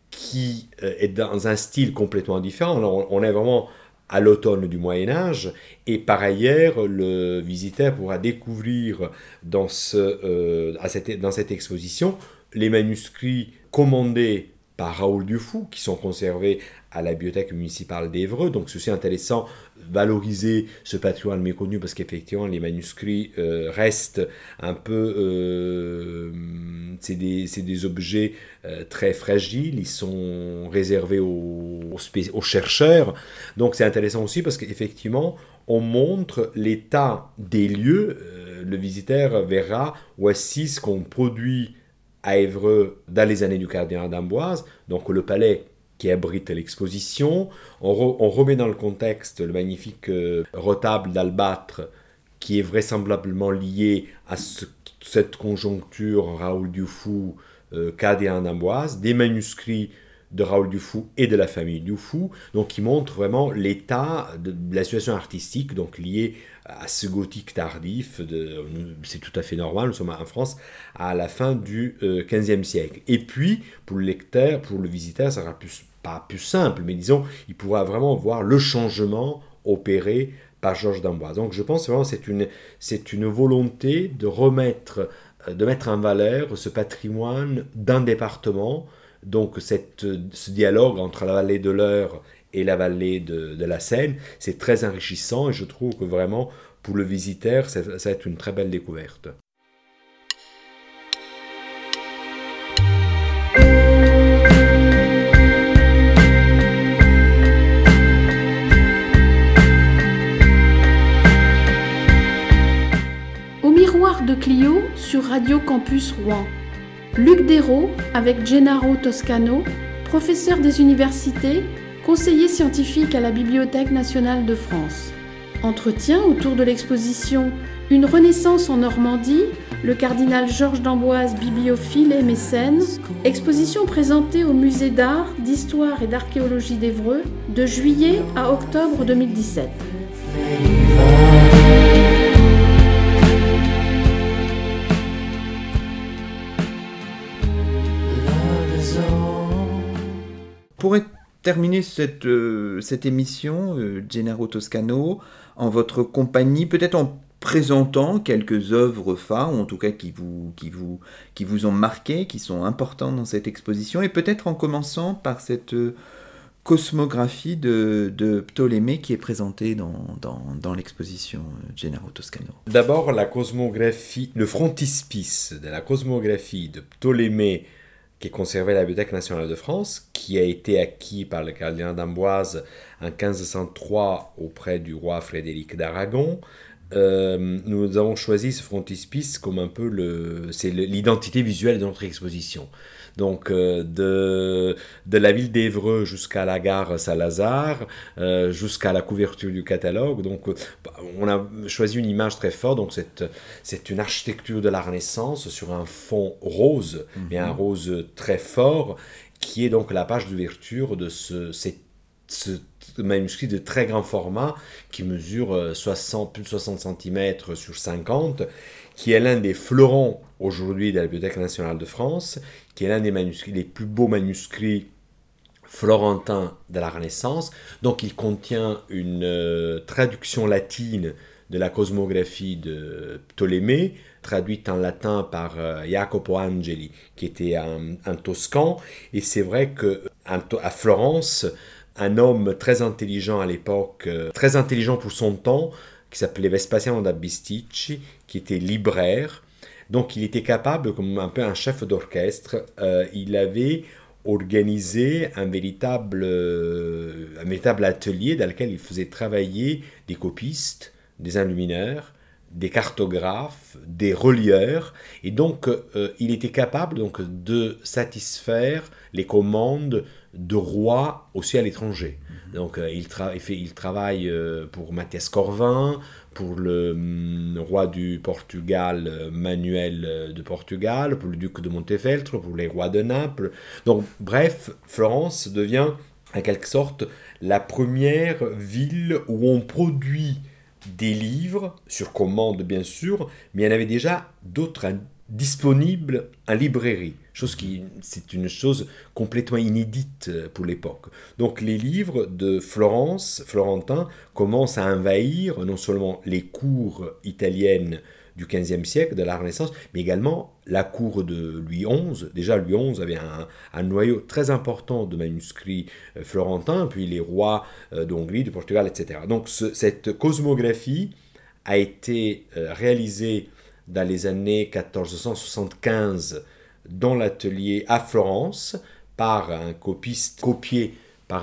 qui est dans un style complètement différent. Alors, on est vraiment à l'automne du Moyen-Âge, et par ailleurs, le visiteur pourra découvrir dans, ce, euh, à cette, dans cette exposition les manuscrits commandés par Raoul Dufou, qui sont conservés à la bibliothèque municipale d'Évreux. Donc c'est aussi intéressant de valoriser ce patrimoine méconnu, parce qu'effectivement les manuscrits euh, restent un peu... Euh, c'est, des, c'est des objets euh, très fragiles, ils sont réservés aux, aux, spé- aux chercheurs. Donc c'est intéressant aussi parce qu'effectivement on montre l'état des lieux. Euh, le visiteur verra voici ce qu'on produit à Évreux dans les années du cardinal d'Amboise, donc le palais qui abrite l'exposition. On, re, on remet dans le contexte le magnifique euh, retable d'Albâtre qui est vraisemblablement lié à ce, cette conjoncture Raoul Dufou, euh, cardinal d'Amboise, des manuscrits de Raoul Dufou et de la famille Dufou, donc qui montrent vraiment l'état de, de la situation artistique, donc liée à ce gothique tardif, de, c'est tout à fait normal, nous sommes en France à la fin du euh, quinzième siècle. Et puis, pour le lecteur, pour le visiteur, ça sera plus, pas plus simple, mais disons, il pourra vraiment voir le changement opéré par Georges d'Amboise. Donc je pense vraiment que c'est une, c'est une volonté de remettre, de mettre en valeur ce patrimoine d'un département. Donc cette, ce dialogue entre la vallée de l'Eure et la vallée de, de la Seine, c'est très enrichissant et je trouve que vraiment pour le visiteur, ça, ça va être une très belle découverte. Au miroir de Clio sur Radio Campus Rouen. Luc Dérault avec Gennaro Toscano, professeur des universités, conseiller scientifique à la Bibliothèque nationale de France. Entretien autour de l'exposition Une Renaissance en Normandie, le cardinal Georges d'Amboise, bibliophile et mécène, exposition présentée au Musée d'art, d'histoire et d'archéologie d'Évreux de juillet à octobre deux mille dix-sept. Pour terminer cette, euh, cette émission, euh, Gennaro Toscano, en votre compagnie, peut-être en présentant quelques œuvres phares, ou en tout cas qui vous, qui, vous, qui vous ont marqué, qui sont importantes dans cette exposition, et peut-être en commençant par cette euh, cosmographie de, de Ptolémée qui est présentée dans, dans, dans l'exposition euh, Gennaro Toscano. D'abord, la cosmographie, le frontispice de la cosmographie de Ptolémée, qui est conservé à la Bibliothèque nationale de France, qui a été acquis par le cardinal d'Amboise en quinze cent trois auprès du roi Frédéric d'Aragon. euh, nous avons choisi ce frontispice comme un peu le, c'est le, l'identité visuelle de notre exposition. Donc euh, de, de la ville d'Évreux jusqu'à la gare Saint-Lazare, euh, jusqu'à la couverture du catalogue. Donc euh, on a choisi une image très forte. Donc c'est, c'est une architecture de la Renaissance sur un fond rose, mm-hmm. mais un rose très fort, qui est donc la page d'ouverture de ce, cette, ce manuscrit de très grand format qui mesure soixante, plus de soixante centimètres sur cinquante, qui est l'un des fleurons aujourd'hui de la Bibliothèque nationale de France, qui est l'un des manuscrits, les plus beaux manuscrits florentins de la Renaissance. Donc il contient une euh, traduction latine de la cosmographie de Ptolémée, traduite en latin par euh, Jacopo Angeli, qui était un, un Toscan. Et c'est vrai qu'à Florence, un homme très intelligent à l'époque, euh, très intelligent pour son temps, qui s'appelait Vespasiano da Bisticci, qui était libraire. Donc il était capable, comme un peu un chef d'orchestre, euh, il avait organisé un véritable, euh, un véritable atelier dans lequel il faisait travailler des copistes, des enlumineurs, des cartographes, des relieurs, et donc euh, il était capable donc, de satisfaire les commandes de rois aussi à l'étranger. Donc euh, il, tra- il, fait, il travaille euh, pour Mathias Corvin, pour le hum, roi du Portugal, Manuel euh, de Portugal, pour le duc de Montefeltro, pour les rois de Naples. Donc bref, Florence devient en quelque sorte la première ville où on produit des livres, sur commande bien sûr, mais il y en avait déjà d'autres disponibles en librairie. Chose qui, c'est une chose complètement inédite pour l'époque. Donc les livres de Florence, florentins, commencent à envahir non seulement les cours italiennes du quinzième siècle, de la Renaissance, mais également la cour de Louis onze. Déjà, Louis onze avait un, un noyau très important de manuscrits florentins, puis les rois d'Hongrie, du Portugal, et cetera. Donc ce, cette cosmographie a été réalisée dans les années quatorze cent soixante-quinze dans l'atelier à Florence par un copiste copié par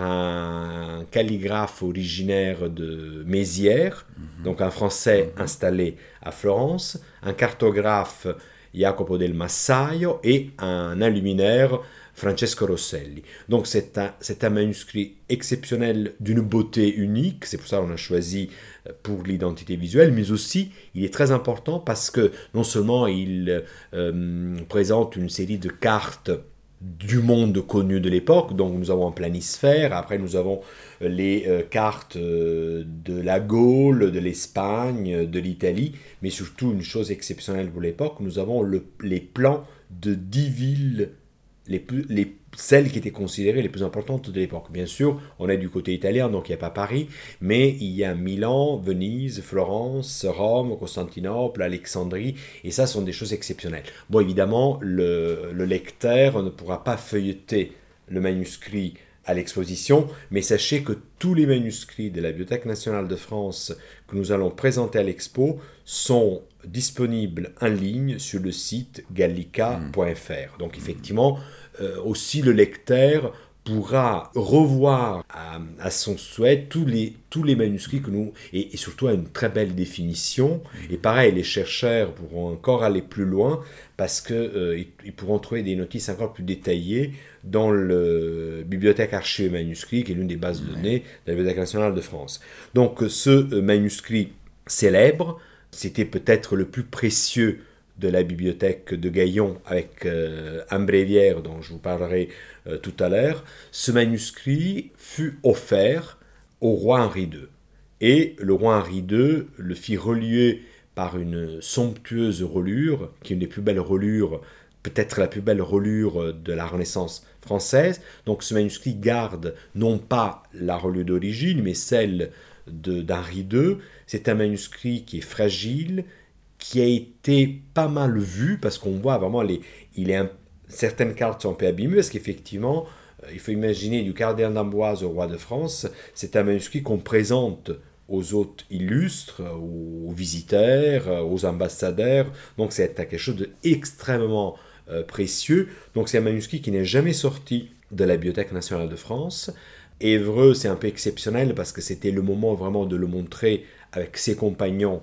un calligraphe originaire de Mézières, mmh. donc un Français mmh. installé à Florence, un cartographe Jacopo del Massaio et un enluminaire Francesco Rosselli. Donc c'est un, c'est un manuscrit exceptionnel d'une beauté unique, c'est pour ça qu'on a choisi pour l'identité visuelle, mais aussi il est très important parce que non seulement il euh, présente une série de cartes du monde connu de l'époque, donc nous avons un planisphère, après nous avons les euh, cartes euh, de la Gaule, de l'Espagne, de l'Italie, mais surtout une chose exceptionnelle pour l'époque, nous avons le, les plans de dix villes, les plus, les, celles qui étaient considérées les plus importantes de l'époque. Bien sûr, on est du côté italien, donc il n'y a pas Paris, mais il y a Milan, Venise, Florence, Rome, Constantinople, Alexandrie, et ça sont des choses exceptionnelles. Bon, évidemment, le, le lecteur ne pourra pas feuilleter le manuscrit à l'exposition, mais sachez que tous les manuscrits de la Bibliothèque nationale de France que nous allons présenter à l'expo sont disponibles en ligne sur le site gallica point f r. Donc effectivement, euh, aussi le lecteur pourra revoir à, à son souhait tous les, tous les manuscrits que nous... Et, et surtout à une très belle définition. Et pareil, les chercheurs pourront encore aller plus loin parce qu'ils euh, ils pourront trouver des notices encore plus détaillées dans la Bibliothèque Archives et Manuscrits, qui est l'une des bases de données de la Bibliothèque nationale de France. Donc ce euh, manuscrit célèbre, c'était peut-être le plus précieux de la bibliothèque de Gaillon avec euh, un bréviaire dont je vous parlerai euh, tout à l'heure. Ce manuscrit fut offert au roi Henri deux. Et le roi Henri deux le fit relier par une somptueuse relure, qui est une des plus belles relures, peut-être la plus belle relure de la Renaissance française. Donc ce manuscrit garde non pas la relure d'origine, mais celle de, d'Henri deux. C'est un manuscrit qui est fragile, qui a été pas mal vu, parce qu'on voit vraiment, les, il est un, certaines cartes sont un peu abîmées, parce qu'effectivement, euh, il faut imaginer du Cardinal d'Amboise au roi de France, c'est un manuscrit qu'on présente aux hôtes illustres, aux visiteurs, aux ambassadeurs, donc c'est quelque chose d'extrêmement euh, précieux. Donc c'est un manuscrit qui n'est jamais sorti de la Bibliothèque nationale de France. Évreux, c'est un peu exceptionnel, parce que c'était le moment vraiment de le montrer avec ses compagnons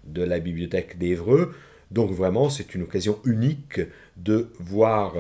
de la bibliothèque d'Évreux. Donc vraiment, c'est une occasion unique de voir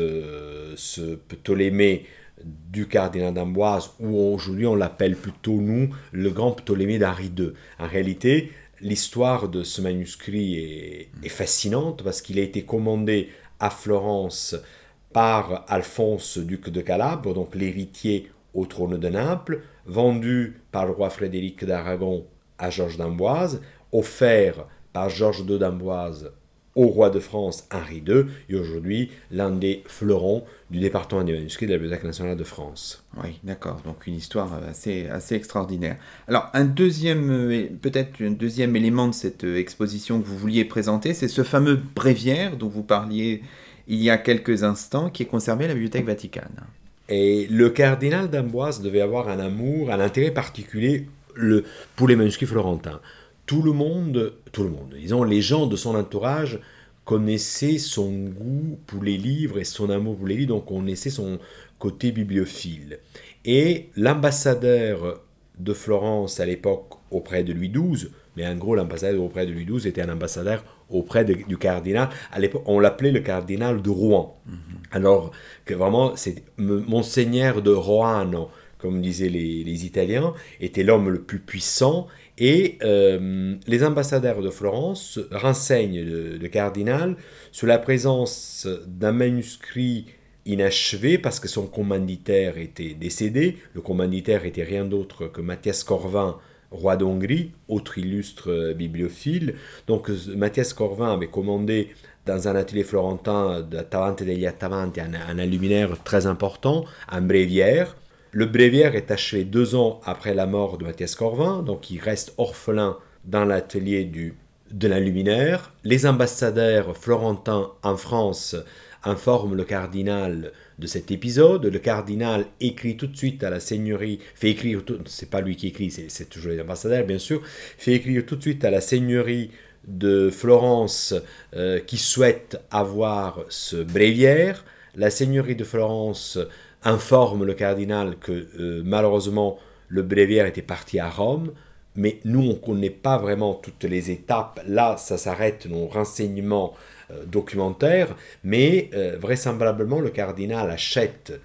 ce, ce Ptolémée du cardinal d'Amboise, ou aujourd'hui on l'appelle plutôt, nous, le grand Ptolémée d'Henri deux. En réalité, l'histoire de ce manuscrit est, est fascinante parce qu'il a été commandé à Florence par Alphonse, duc de Calabre, donc l'héritier au trône de Naples, vendu par le roi Frédéric d'Aragon à Georges d'Amboise, offert par Georges deux d'Amboise au roi de France Henri deux, et aujourd'hui l'un des fleurons du département des manuscrits de la Bibliothèque nationale de France. Oui, d'accord, donc une histoire assez, assez extraordinaire. Alors, un deuxième, peut-être un deuxième élément de cette exposition que vous vouliez présenter, c'est ce fameux bréviaire dont vous parliez il y a quelques instants, qui est conservé à la Bibliothèque Vaticane. Et le cardinal d'Amboise devait avoir un amour, un intérêt particulier le, pour les manuscrits florentins. Tout le monde, tout le monde, disons, les gens de son entourage connaissaient son goût pour les livres et son amour pour les livres, donc connaissaient son côté bibliophile. Et l'ambassadeur de Florence à l'époque auprès de Louis douze, mais en gros l'ambassadeur auprès de Louis douze était un ambassadeur auprès de, du cardinal, à l'époque on l'appelait le cardinal de Rouen. Mm-hmm. Alors que vraiment, c'est Monseigneur de Roano, comme disaient les, les Italiens, était l'homme le plus puissant. Et euh, les ambassadeurs de Florence renseignent le, le cardinal sur la présence d'un manuscrit inachevé parce que son commanditaire était décédé. Le commanditaire était rien d'autre que Mathias Corvin, roi d'Hongrie, autre illustre bibliophile. Donc Mathias Corvin avait commandé dans un atelier florentin de Tavante degli Attavanti un, un alluminaire très important, un bréviaire. Le bréviaire est achevé deux ans après la mort de Mathias Corvin, donc il reste orphelin dans l'atelier du, de l'alluminaire. Les ambassadeurs florentins en France informent le cardinal de cet épisode. Le cardinal écrit tout de suite à la seigneurie, fait écrire, tout, c'est pas lui qui écrit, c'est, c'est toujours les ambassadeurs bien sûr, fait écrire tout de suite à la seigneurie de Florence euh, qui souhaite avoir ce bréviaire. La seigneurie de Florence informe le cardinal que euh, malheureusement le bréviaire était parti à Rome, mais nous on ne connaît pas vraiment toutes les étapes, là ça s'arrête nos renseignements euh, documentaires, mais euh, vraisemblablement le cardinal achète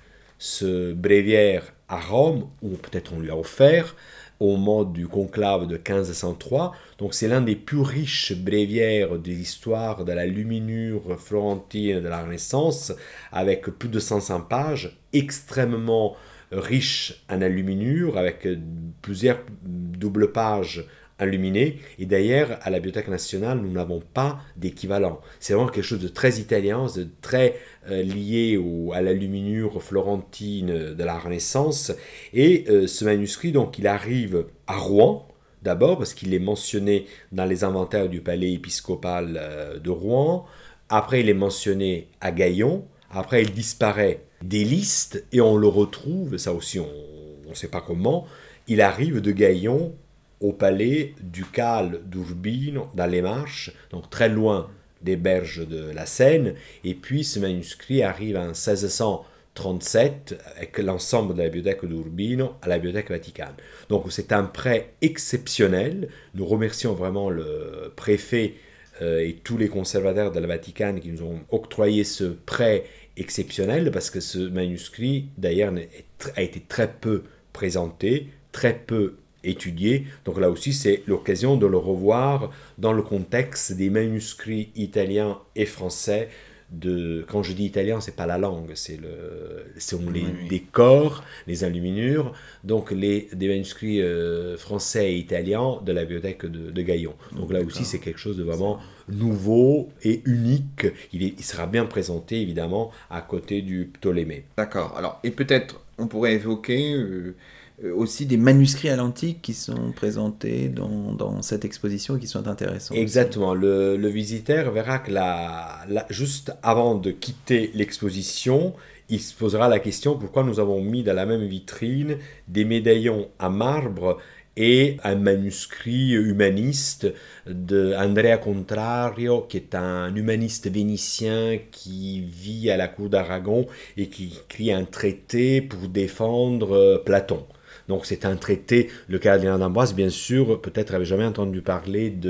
ce bréviaire à Rome, ou peut-être on lui a offert, au moment du conclave de quinze cent trois, donc c'est l'un des plus riches bréviaires de l'histoire de la luminure florentine de la Renaissance, avec plus de cinq cents pages, extrêmement riche en aluminure, avec plusieurs doubles pages illuminées, et d'ailleurs à la Bibliothèque nationale nous n'avons pas d'équivalent. C'est vraiment quelque chose de très italien, de très euh, lié au, à l'aluminure florentine de la Renaissance, et euh, ce manuscrit donc il arrive à Rouen, d'abord parce qu'il est mentionné dans les inventaires du palais épiscopal euh, de Rouen, après il est mentionné à Gaillon, après il disparaît des listes, et on le retrouve, ça aussi on ne sait pas comment, il arrive de Gaillon au palais ducal d'Urbino, dans les Marches, donc très loin des berges de la Seine, et puis ce manuscrit arrive en seize cent trente-sept avec l'ensemble de la bibliothèque d'Urbino à la Bibliothèque Vaticane. Donc c'est un prêt exceptionnel, nous remercions vraiment le préfet euh, et tous les conservateurs de la Vaticane qui nous ont octroyé ce prêt exceptionnel, parce que ce manuscrit d'ailleurs a été très peu présenté, très peu étudié, donc là aussi c'est l'occasion de le revoir dans le contexte des manuscrits italiens et français. De, quand je dis italien, c'est pas la langue, c'est le, ce sont les oui, décors, les enluminures, donc les, des manuscrits euh, français et italiens de la bibliothèque de, de Gaillon. Donc là aussi c'est quelque chose de vraiment nouveau et unique. Il, est, il sera bien présenté évidemment à côté du Ptolémée. D'accord, alors et peut-être on pourrait évoquer euh, aussi des manuscrits à l'antique qui sont présentés dans, dans cette exposition et qui sont intéressants. Exactement. Le, le visiteur verra que la, la, juste avant de quitter l'exposition, il se posera la question pourquoi nous avons mis dans la même vitrine des médaillons à marbre et un manuscrit humaniste d'Andrea Contrario, qui est un humaniste vénitien qui vit à la cour d'Aragon et qui écrit un traité pour défendre Platon. Donc c'est un traité, le cardinal d'Amboise, bien sûr, peut-être avait jamais entendu parler de,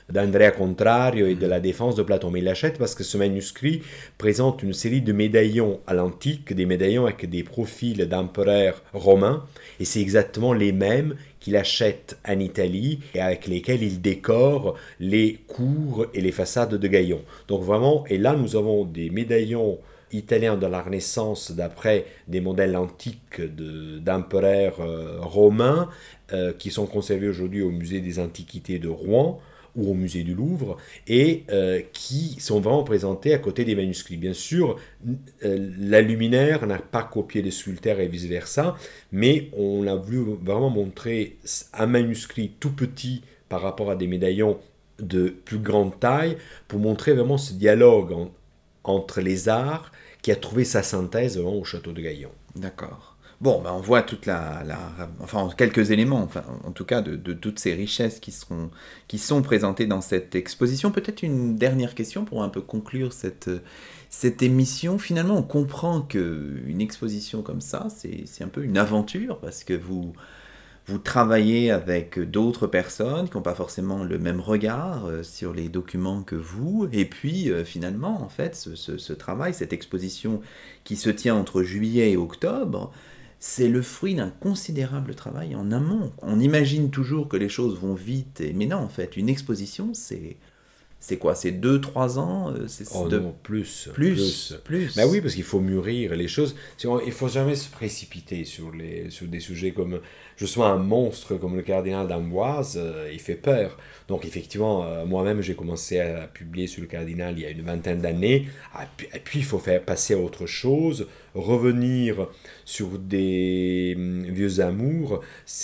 d'Andrea Contrario et de la Défense de Platon. Mais il l'achète parce que ce manuscrit présente une série de médaillons à l'antique, des médaillons avec des profils d'empereurs romains, et c'est exactement les mêmes qu'il achète en Italie et avec lesquels il décore les cours et les façades de Gaillon. Donc vraiment, et là nous avons des médaillons italiens de la Renaissance d'après des modèles antiques de, d'empereurs euh, romains euh, qui sont conservés aujourd'hui au musée des Antiquités de Rouen ou au musée du Louvre, et euh, qui sont vraiment présentés à côté des manuscrits. Bien sûr, euh, la luminaire n'a pas copié les sculpteurs et vice-versa, mais on a voulu vraiment montrer un manuscrit tout petit par rapport à des médaillons de plus grande taille, pour montrer vraiment ce dialogue en, entre les arts qui a trouvé sa synthèse vraiment au château de Gaillon. D'accord. Bon, ben on voit toute la, la, enfin quelques éléments, enfin en tout cas de, de toutes ces richesses qui seront, qui sont présentées dans cette exposition. Peut-être une dernière question pour un peu conclure cette, cette émission. Finalement, on comprend que une exposition comme ça, c'est, c'est un peu une aventure parce que vous vous travaillez avec d'autres personnes qui n'ont pas forcément le même regard euh, sur les documents que vous, et puis euh, finalement, en fait, ce, ce, ce travail, cette exposition qui se tient entre juillet et octobre, c'est le fruit d'un considérable travail en amont. On imagine toujours que les choses vont vite, et... mais non, en fait, une exposition, c'est... C'est quoi? C'est deux, trois ans c'est Oh de... non, plus. Plus, plus. plus. Ben oui, parce qu'il faut mûrir les choses. Il ne faut jamais se précipiter sur, les, sur des sujets comme... Je sois un monstre comme le cardinal d'Amboise, euh, il fait peur. Donc effectivement, euh, moi-même, j'ai commencé à publier sur le cardinal il y a une vingtaine d'années. Et puis, il faut faire passer à autre chose, revenir sur des hum, vieux amours.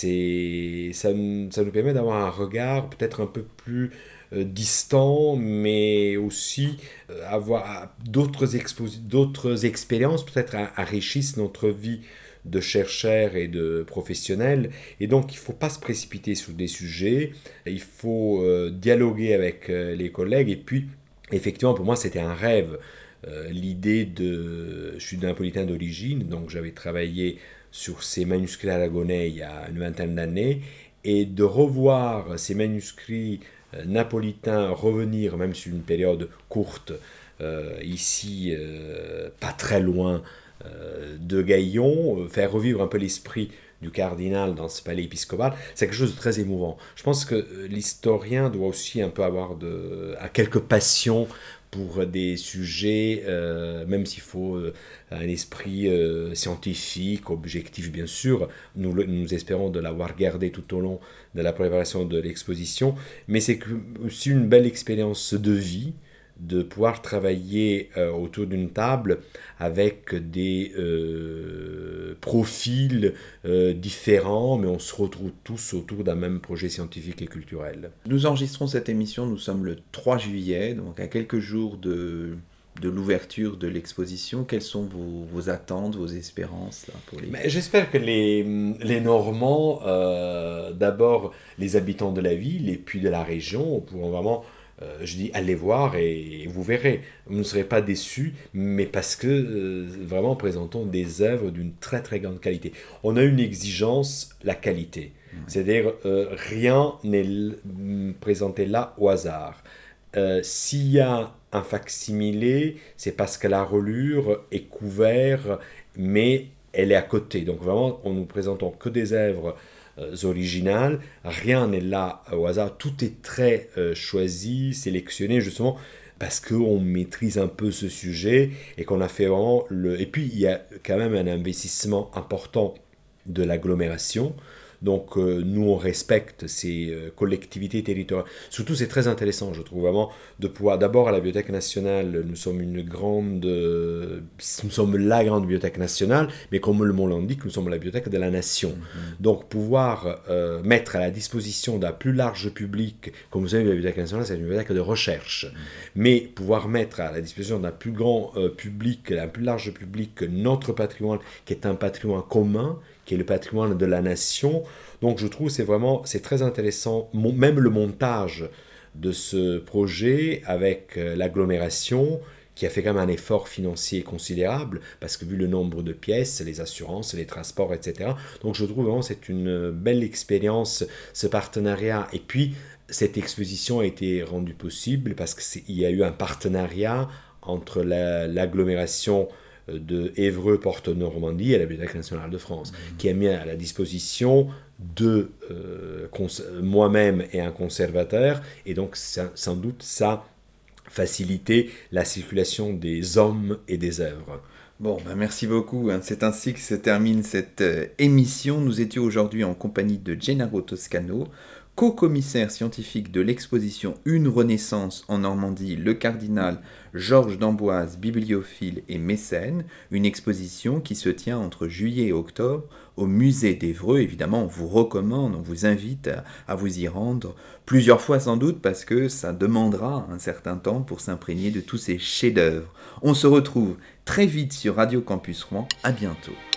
C'est, ça, ça nous permet d'avoir un regard peut-être un peu plus... distant, mais aussi avoir d'autres, expos- d'autres expériences peut-être enrichissent notre vie de chercheurs et de professionnels, et donc il ne faut pas se précipiter sur des sujets, il faut euh, dialoguer avec euh, les collègues, et puis effectivement pour moi c'était un rêve, euh, l'idée de... Je suis napolitain d'origine, donc j'avais travaillé sur ces manuscrits aragonais il y a une vingtaine d'années, et de revoir ces manuscrits napolitain revenir, même sur une période courte, euh, ici, euh, pas très loin euh, de Gaillon, euh, faire revivre un peu l'esprit du cardinal dans ce palais épiscopal, c'est quelque chose de très émouvant. Je pense que l'historien doit aussi un peu avoir de, à quelques passions pour des sujets, euh, même s'il faut euh, un esprit euh, scientifique, objectif bien sûr, nous, nous espérons de l'avoir gardé tout au long de la préparation de l'exposition, mais c'est aussi une belle expérience de vie, de pouvoir travailler euh, autour d'une table avec des euh, profils euh, différents, mais on se retrouve tous autour d'un même projet scientifique et culturel. Nous enregistrons cette émission, nous sommes le trois juillet, donc à quelques jours de, de l'ouverture de l'exposition. Quelles sont vos, vos attentes, vos espérances là, pour les... Mais j'espère que les, les Normands, euh, d'abord les habitants de la ville et puis de la région, pourront vraiment... Euh, je dis allez voir et vous verrez, vous ne serez pas déçus, mais parce que euh, vraiment présentons des œuvres d'une très très grande qualité. On a une exigence, la qualité, mmh. c'est-à-dire euh, rien n'est l- présenté là au hasard. Euh, s'il y a un facsimilé, c'est parce que la relure est couverte, mais elle est à côté. Donc vraiment, on nous présentons que des œuvres originales, rien n'est là au hasard, tout est très euh, choisi, sélectionné justement parce qu'on maîtrise un peu ce sujet et qu'on a fait vraiment le... Et puis il y a quand même un investissement important de l'agglomération. Donc euh, nous on respecte ces euh, collectivités territoriales. Surtout c'est très intéressant, je trouve vraiment, de pouvoir, d'abord à la Bibliothèque nationale, nous sommes une grande, euh, nous sommes la grande bibliothèque nationale, mais comme le mot l'indique, nous sommes la bibliothèque de la nation. Mm-hmm. Donc pouvoir euh, mettre à la disposition d'un plus large public, comme vous savez, la Bibliothèque nationale c'est une bibliothèque de recherche, mm-hmm. mais pouvoir mettre à la disposition d'un plus grand euh, public, d'un plus large public, notre patrimoine, qui est un patrimoine commun, qui est le patrimoine de la nation. Donc je trouve que c'est vraiment, c'est très intéressant, Mon, même le montage de ce projet avec euh, l'agglomération, qui a fait quand même un effort financier considérable, parce que vu le nombre de pièces, les assurances, les transports, et cetera. Donc je trouve vraiment que c'est une belle expérience, ce partenariat. Et puis, cette exposition a été rendue possible parce qu'il y a eu un partenariat entre la, l'agglomération de Évreux-Porte-Normandie et la Bibliothèque nationale de France, mmh. qui a mis à la disposition de euh, cons- moi-même et un conservateur, et donc ça, sans doute ça facilité la circulation des hommes et des œuvres. Bon, ben merci beaucoup. C'est ainsi que se termine cette euh, émission. Nous étions aujourd'hui en compagnie de Gennaro Toscano, co-commissaire scientifique de l'exposition Une Renaissance en Normandie, le cardinal Georges d'Amboise, bibliophile et mécène, une exposition qui se tient entre juillet et octobre au musée d'Évreux. Évidemment, on vous recommande, on vous invite à, à vous y rendre plusieurs fois sans doute parce que ça demandera un certain temps pour s'imprégner de tous ces chefs-d'œuvre. On se retrouve très vite sur Radio Campus Rouen. À bientôt.